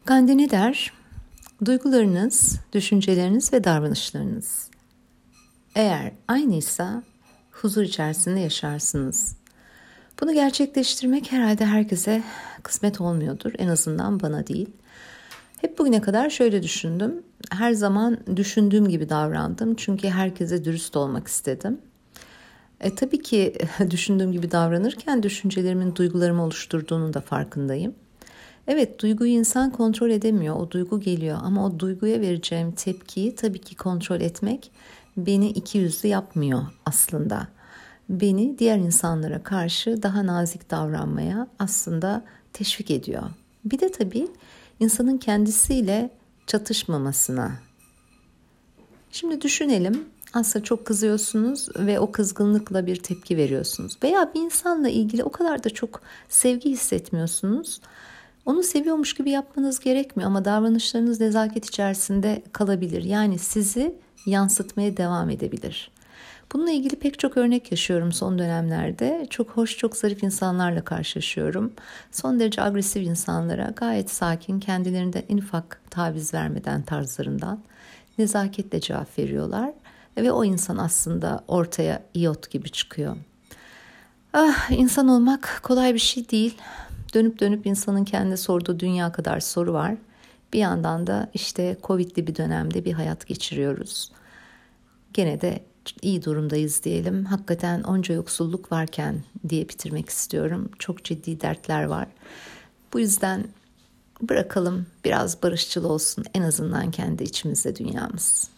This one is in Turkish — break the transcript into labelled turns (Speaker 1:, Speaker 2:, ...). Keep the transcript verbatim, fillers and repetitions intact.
Speaker 1: Gandhi ne der? Duygularınız, düşünceleriniz ve davranışlarınız eğer aynıysa huzur içerisinde yaşarsınız. Bunu gerçekleştirmek herhalde herkese kısmet olmuyordur. En azından bana değil. Hep bugüne kadar şöyle düşündüm. Her zaman düşündüğüm gibi davrandım. Çünkü herkese dürüst olmak istedim. E, tabii ki düşündüğüm gibi davranırken düşüncelerimin duygularımı oluşturduğunun da farkındayım. Evet, duyguyu insan kontrol edemiyor. O duygu geliyor ama o duyguya vereceğim tepkiyi tabii ki kontrol etmek beni ikiyüzlü yapmıyor aslında. Beni diğer insanlara karşı daha nazik davranmaya aslında teşvik ediyor. Bir de tabii insanın kendisiyle çatışmamasına. Şimdi düşünelim. Aslında çok kızıyorsunuz ve o kızgınlıkla bir tepki veriyorsunuz. Veya bir insanla ilgili o kadar da çok sevgi hissetmiyorsunuz. Onu seviyormuş gibi yapmanız gerekmiyor ama davranışlarınız nezaket içerisinde kalabilir. Yani sizi yansıtmaya devam edebilir. Bununla ilgili pek çok örnek yaşıyorum son dönemlerde. Çok hoş, çok zarif insanlarla karşılaşıyorum. Son derece agresif insanlara gayet sakin, kendilerinden en ufak taviz vermeden tarzlarından nezaketle cevap veriyorlar. Ve o insan aslında ortaya iyot gibi çıkıyor. Ah, insan olmak kolay bir şey değil. Dönüp dönüp insanın kendine sorduğu dünya kadar soru var. Bir yandan da işte Covid'li bir dönemde bir hayat geçiriyoruz. Gene de iyi durumdayız diyelim. Hakikaten onca yoksulluk varken diye bitirmek istiyorum. Çok ciddi dertler var. Bu yüzden bırakalım biraz barışçıl olsun en azından kendi içimizde dünyamız.